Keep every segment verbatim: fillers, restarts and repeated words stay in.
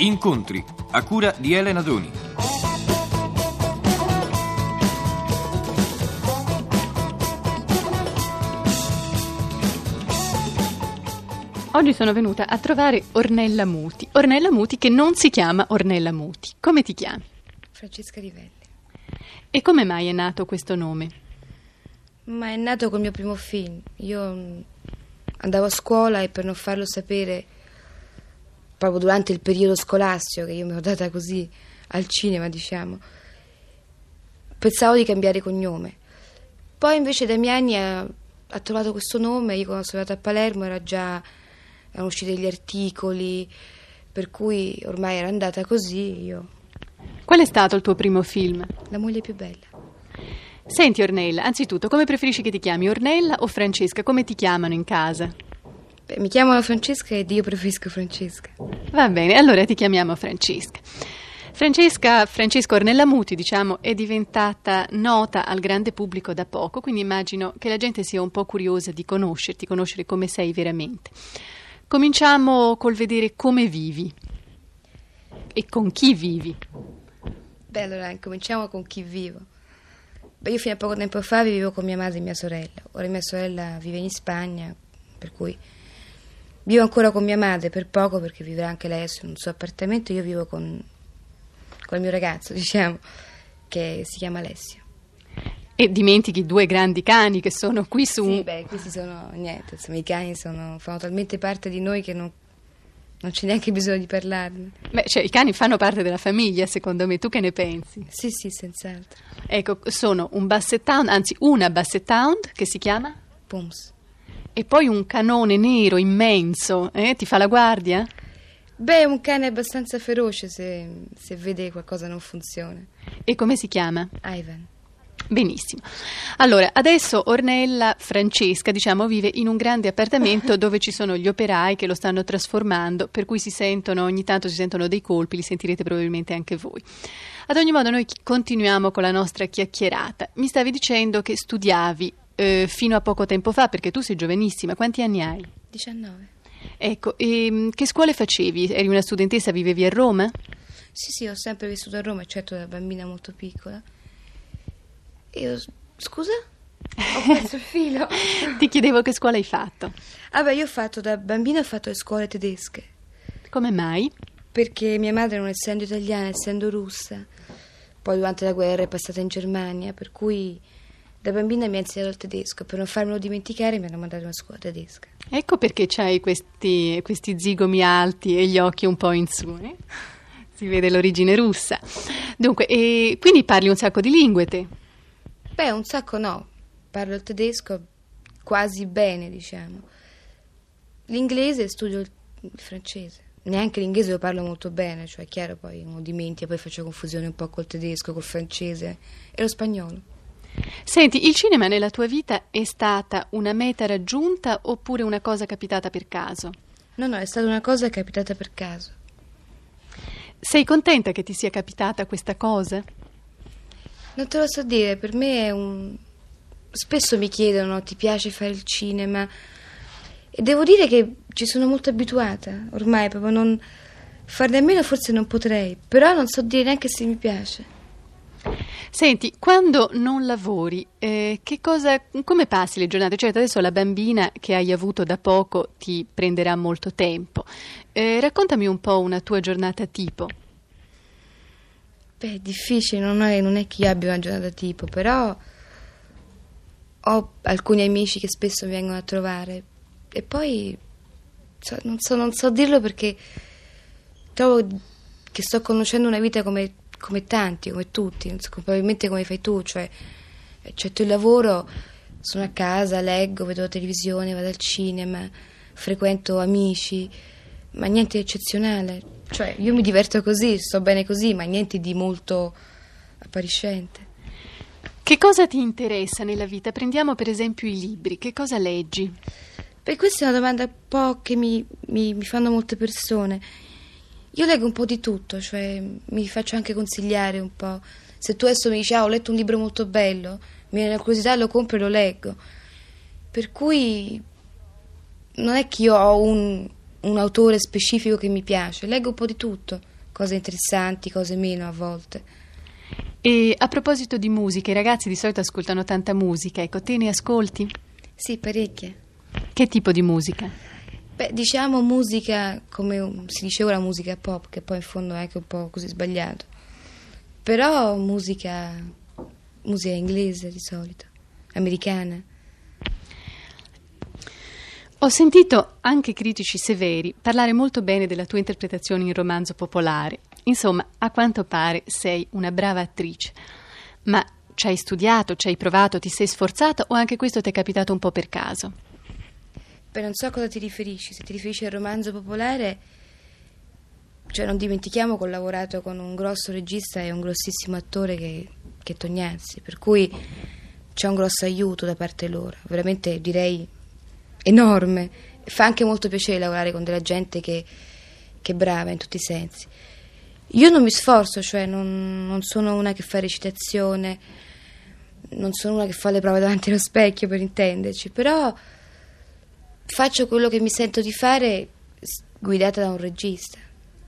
Incontri, a cura di Elena Doni. Oggi sono venuta a trovare Ornella Muti. Ornella Muti che non si chiama Ornella Muti. Come ti chiami? Francesca Rivelli. E come mai è nato questo nome? Ma è nato col mio primo film. Io andavo a scuola e per non farlo sapere, proprio durante il periodo scolastico, che io mi ero data così al cinema, diciamo, pensavo di cambiare cognome. Poi invece Damiani ha, ha trovato questo nome. Io quando sono andata a Palermo era già... erano usciti gli articoli, per cui ormai era andata così. Io. Qual è stato il tuo primo film? La moglie più bella. Senti Ornella, anzitutto, come preferisci che ti chiami, Ornella o Francesca? Come ti chiamano in casa? Beh, mi chiamano Francesca ed io preferisco Francesca. Va bene, allora ti chiamiamo Francesca. Francesca, Francesca Ornella Muti, diciamo, è diventata nota al grande pubblico da poco, quindi immagino che la gente sia un po' curiosa di conoscerti, conoscere come sei veramente. Cominciamo col vedere come vivi e con chi vivi. Beh, allora cominciamo con chi vivo. Beh, io fino a poco tempo fa vivevo con mia madre e mia sorella. Ora mia sorella vive in Spagna, per cui vivo ancora con mia madre per poco, perché vivrà anche lei in un suo appartamento. Io vivo con, con il mio ragazzo, diciamo, che si chiama Alessio. E dimentichi due grandi cani che sono qui su... Sì, beh, questi sono niente, insomma, i cani sono, fanno talmente parte di noi che non, non c'è neanche bisogno di parlarne. Beh, cioè i cani fanno parte della famiglia, secondo me. Tu che ne pensi? Sì, sì, senz'altro. Ecco, sono un basset hound, anzi una basset hound che si chiama? Pums. E poi un canone nero immenso, eh? Ti fa la guardia? Beh, è un cane abbastanza feroce se, se vede qualcosa non funziona. E come si chiama? Ivan. Benissimo. Allora, adesso Ornella Francesca, diciamo, vive in un grande appartamento dove ci sono gli operai che lo stanno trasformando, per cui si sentono, ogni tanto si sentono dei colpi, li sentirete probabilmente anche voi. Ad ogni modo noi continuiamo con la nostra chiacchierata. Mi stavi dicendo che studiavi eh, fino a poco tempo fa, perché tu sei giovanissima. Quanti anni hai? diciannove. Ecco, e che scuole facevi? Eri una studentessa, vivevi a Roma? Sì, sì, ho sempre vissuto a Roma, eccetto da bambina molto piccola. Io, scusa? Ho perso il filo. Ti chiedevo che scuola hai fatto. Ah beh, io ho fatto, da bambina ho fatto le scuole tedesche. Come mai? Perché mia madre, non essendo italiana, essendo russa, poi durante la guerra è passata in Germania, per cui da bambina mi ha insegnato il tedesco. Per non farmelo dimenticare mi hanno mandato in una scuola tedesca. Ecco perché c'hai questi, questi zigomi alti e gli occhi un po' in su, eh? Si vede l'origine russa. Dunque, e quindi parli un sacco di lingue te? Beh, un sacco no. Parlo il tedesco quasi bene, diciamo. L'inglese studio il, il francese. Neanche l'inglese lo parlo molto bene, cioè è chiaro, poi uno dimentica, poi faccio confusione un po' col tedesco, col francese e lo spagnolo. Senti, il cinema nella tua vita è stata una meta raggiunta oppure una cosa capitata per caso? No, no, è stata una cosa capitata per caso. Sei contenta che ti sia capitata questa cosa? Non te lo so dire, per me è un... Spesso mi chiedono, ti piace fare il cinema? E devo dire che ci sono molto abituata, ormai, proprio non... Farne a meno forse non potrei, però non so dire neanche se mi piace. Senti, quando non lavori, eh, che cosa, come passi le giornate? Certo, adesso la bambina che hai avuto da poco ti prenderà molto tempo. Eh, raccontami un po' una tua giornata tipo. Beh, è difficile, non è, non è che io abbia una giornata tipo, però ho alcuni amici che spesso mi vengono a trovare e poi so, non, so, non so dirlo perché trovo che sto conoscendo una vita come, come tanti, come tutti, non so, probabilmente come fai tu, cioè accetto il lavoro, sono a casa, leggo, vedo la televisione, vado al cinema, frequento amici, ma niente di eccezionale. Cioè, io mi diverto così, sto bene così, ma niente di molto appariscente. Che cosa ti interessa nella vita? Prendiamo per esempio i libri. Che cosa leggi? Beh, questa è una domanda un po' che mi, mi, mi fanno molte persone. Io leggo un po' di tutto, cioè mi faccio anche consigliare un po'. Se tu adesso mi dici, ah, ho letto un libro molto bello, mi viene la curiosità, lo compro e lo leggo. Per cui non è che io ho un... un autore specifico che mi piace, leggo un po' di tutto, cose interessanti, cose meno a volte. E a proposito di musica, i ragazzi di solito ascoltano tanta musica, ecco, te ne ascolti? Sì, parecchie. Che tipo di musica? Beh, diciamo musica, come si diceva, la musica pop, che poi in fondo è anche un po' così sbagliato. Però musica, musica inglese di solito, americana. Ho sentito anche critici severi parlare molto bene della tua interpretazione in romanzo popolare. Insomma, a quanto pare sei una brava attrice. Ma ci hai studiato, ci hai provato, ti sei sforzata o anche questo ti è capitato un po' per caso? Beh, non so a cosa ti riferisci. Se ti riferisci al romanzo popolare, cioè non dimentichiamo che ho lavorato con un grosso regista e un grossissimo attore che, che è Tognazzi, per cui c'è un grosso aiuto da parte loro, veramente direi enorme. Fa anche molto piacere lavorare con della gente che, che è brava in tutti i sensi. Io non mi sforzo, cioè non, non sono una che fa recitazione, non sono una che fa le prove davanti allo specchio, per intenderci, però faccio quello che mi sento di fare guidata da un regista.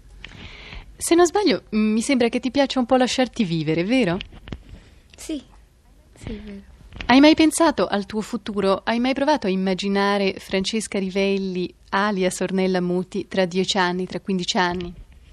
Se non sbaglio, mi sembra che ti piaccia un po' lasciarti vivere, vero? Sì, sì, è vero. Hai mai pensato al tuo futuro? Hai mai provato a immaginare Francesca Rivelli, alias Ornella Muti, tra dieci anni, tra quindici anni?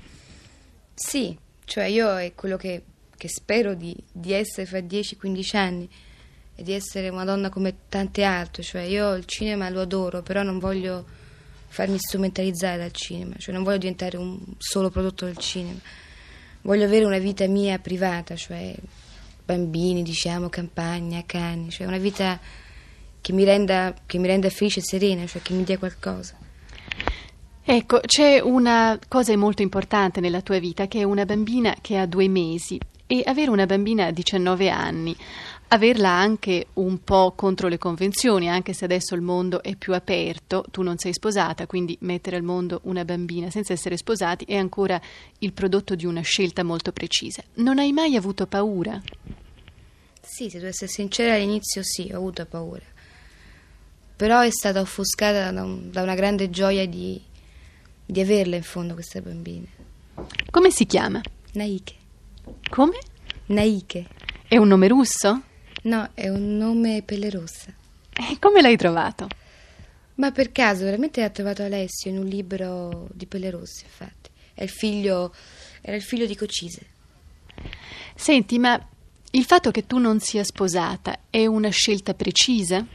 Sì, cioè io è quello che, che spero di, di essere fra dieci quindici anni e di essere una donna come tante altre, cioè io il cinema lo adoro, però non voglio farmi strumentalizzare dal cinema, cioè non voglio diventare un solo prodotto del cinema, voglio avere una vita mia privata, cioè bambini, diciamo, campagna, cani, cioè una vita che mi renda, che mi renda felice e serena, cioè che mi dia qualcosa. Ecco, c'è una cosa molto importante nella tua vita, che è una bambina che ha due mesi, e avere una bambina a diciannove anni, averla anche un po' contro le convenzioni, anche se adesso il mondo è più aperto, tu non sei sposata, quindi mettere al mondo una bambina senza essere sposati è ancora il prodotto di una scelta molto precisa. Non hai mai avuto paura? Sì, se devo essere sincera, all'inizio sì, ho avuto paura, però è stata offuscata da, un, da una grande gioia di, di averla in fondo questa bambina. Come si chiama? Naike. Come? Naike. È un nome russo? No, è un nome pelle rossa. E come l'hai trovato? Ma per caso, veramente l'ha trovato Alessio in un libro di Pelle Rossa, infatti. È il figlio, era il figlio di Cocise. Senti, ma il fatto che tu non sia sposata è una scelta precisa?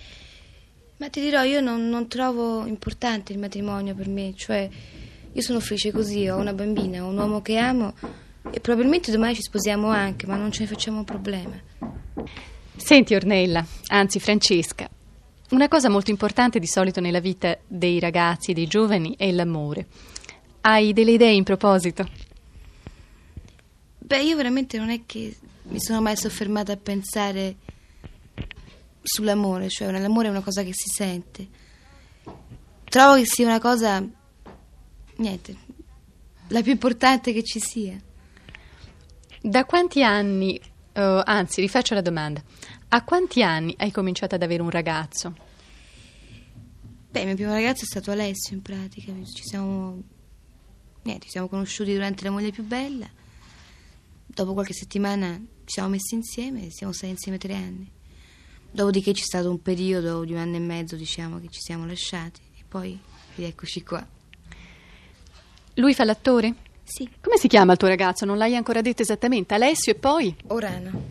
Ma ti dirò, io non, non trovo importante il matrimonio per me, cioè io sono felice così, ho una bambina, ho un uomo che amo e probabilmente domani ci sposiamo anche, ma non ce ne facciamo un problema. Senti Ornella, anzi Francesca, una cosa molto importante di solito nella vita dei ragazzi e dei giovani è l'amore. Hai delle idee in proposito? Beh, io veramente non è che mi sono mai soffermata a pensare sull'amore, cioè l'amore è una cosa che si sente. Trovo che sia una cosa, niente, la più importante che ci sia. Da quanti anni, uh, anzi rifaccio la domanda, a quanti anni hai cominciato ad avere un ragazzo? Beh, il mio primo ragazzo è stato Alessio in pratica, ci siamo, niente, ci siamo conosciuti durante La moglie più bella, dopo qualche settimana ci siamo messi insieme e siamo stati insieme tre anni. Dopodiché c'è stato un periodo di un anno e mezzo, diciamo, che ci siamo lasciati e poi eccoci qua. Lui fa l'attore? Sì. Come si chiama il tuo ragazzo? Non l'hai ancora detto esattamente. Alessio e poi? Orano.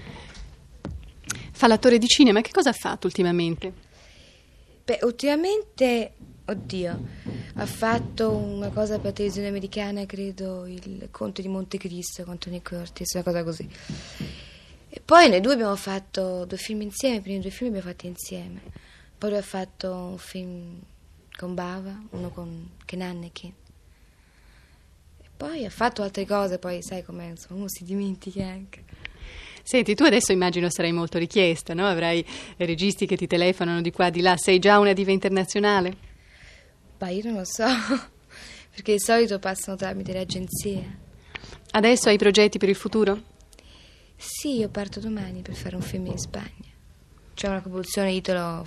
Fa l'attore di cinema. Che cosa ha fatto ultimamente? Beh, ultimamente, oddio, ha fatto una cosa per la televisione americana, credo, Il Conte di Montecristo con Tony Curtis, una cosa così. E poi noi due abbiamo fatto due film insieme, i primi due film li abbiamo fatti insieme. Poi lui ha fatto un film con Bava, uno con Kenan e Ken. E poi ha fatto altre cose, poi sai com'è, insomma, uno si dimentica anche. Senti, tu adesso immagino sarai molto richiesta, no? Avrai registi che ti telefonano di qua di là. Sei già una diva internazionale? Beh, io non lo so, perché di solito passano tramite le agenzie. Adesso hai progetti per il futuro? Sì, io parto domani per fare un film in Spagna. C'è una coproduzione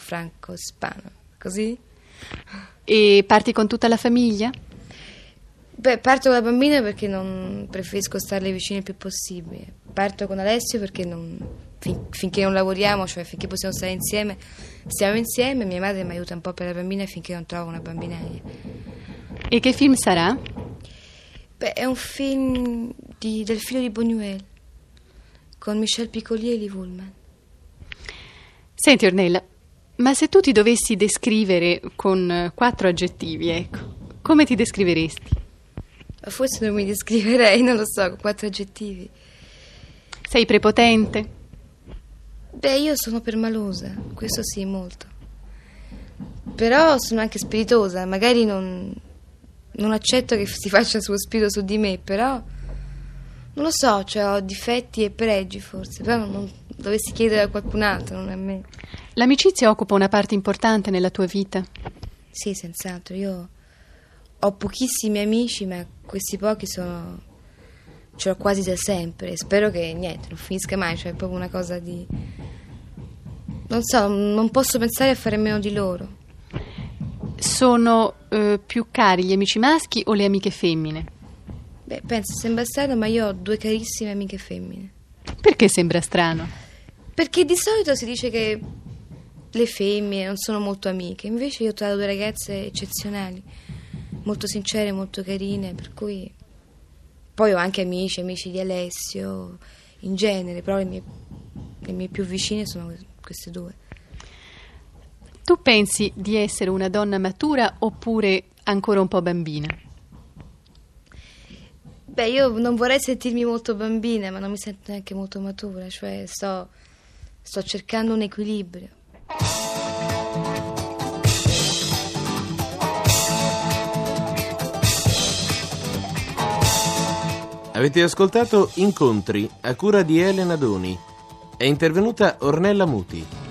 italo-franco-ispano, così? E parti con tutta la famiglia? Beh, parto con la bambina perché non preferisco starle vicine il più possibile. Parto con Alessio perché non, fin, finché non lavoriamo, cioè finché possiamo stare insieme, stiamo insieme. Mia madre mi aiuta un po' per la bambina finché non trovo una bambinaia. E che film sarà? Beh, è un film di, del figlio di Buñuel, con Michel Piccoli e Elie Woolman. Senti Ornella, ma se tu ti dovessi descrivere con quattro aggettivi, ecco, come ti descriveresti? Forse non mi descriverei, non lo so, con quattro aggettivi. Sei prepotente? Beh, io sono permalosa, questo sì, molto. Però sono anche spiritosa, magari non, non accetto che si faccia suo spirito su di me, però non lo so, cioè ho difetti e pregi forse, però non, non dovessi chiedere a qualcun altro, non a me. L'amicizia occupa una parte importante nella tua vita? Sì, senz'altro, io ho pochissimi amici, ma questi pochi sono, ce l'ho quasi da sempre. Spero che niente, non finisca mai, cioè è proprio una cosa di, non so, non posso pensare a fare meno di loro. Sono eh, più cari gli amici maschi o le amiche femmine? Beh, penso, sembra strano, ma io ho due carissime amiche femmine. Perché sembra strano? Perché di solito si dice che le femmine non sono molto amiche, invece io ho trovato due ragazze eccezionali, molto sincere, molto carine, per cui poi ho anche amici, amici di Alessio in genere, però le mie, le mie più vicine sono queste due. Tu pensi di essere una donna matura oppure ancora un po' bambina? Beh, io non vorrei sentirmi molto bambina, ma non mi sento neanche molto matura, cioè sto, sto cercando un equilibrio. Avete ascoltato Incontri a cura di Elena Doni. È intervenuta Ornella Muti.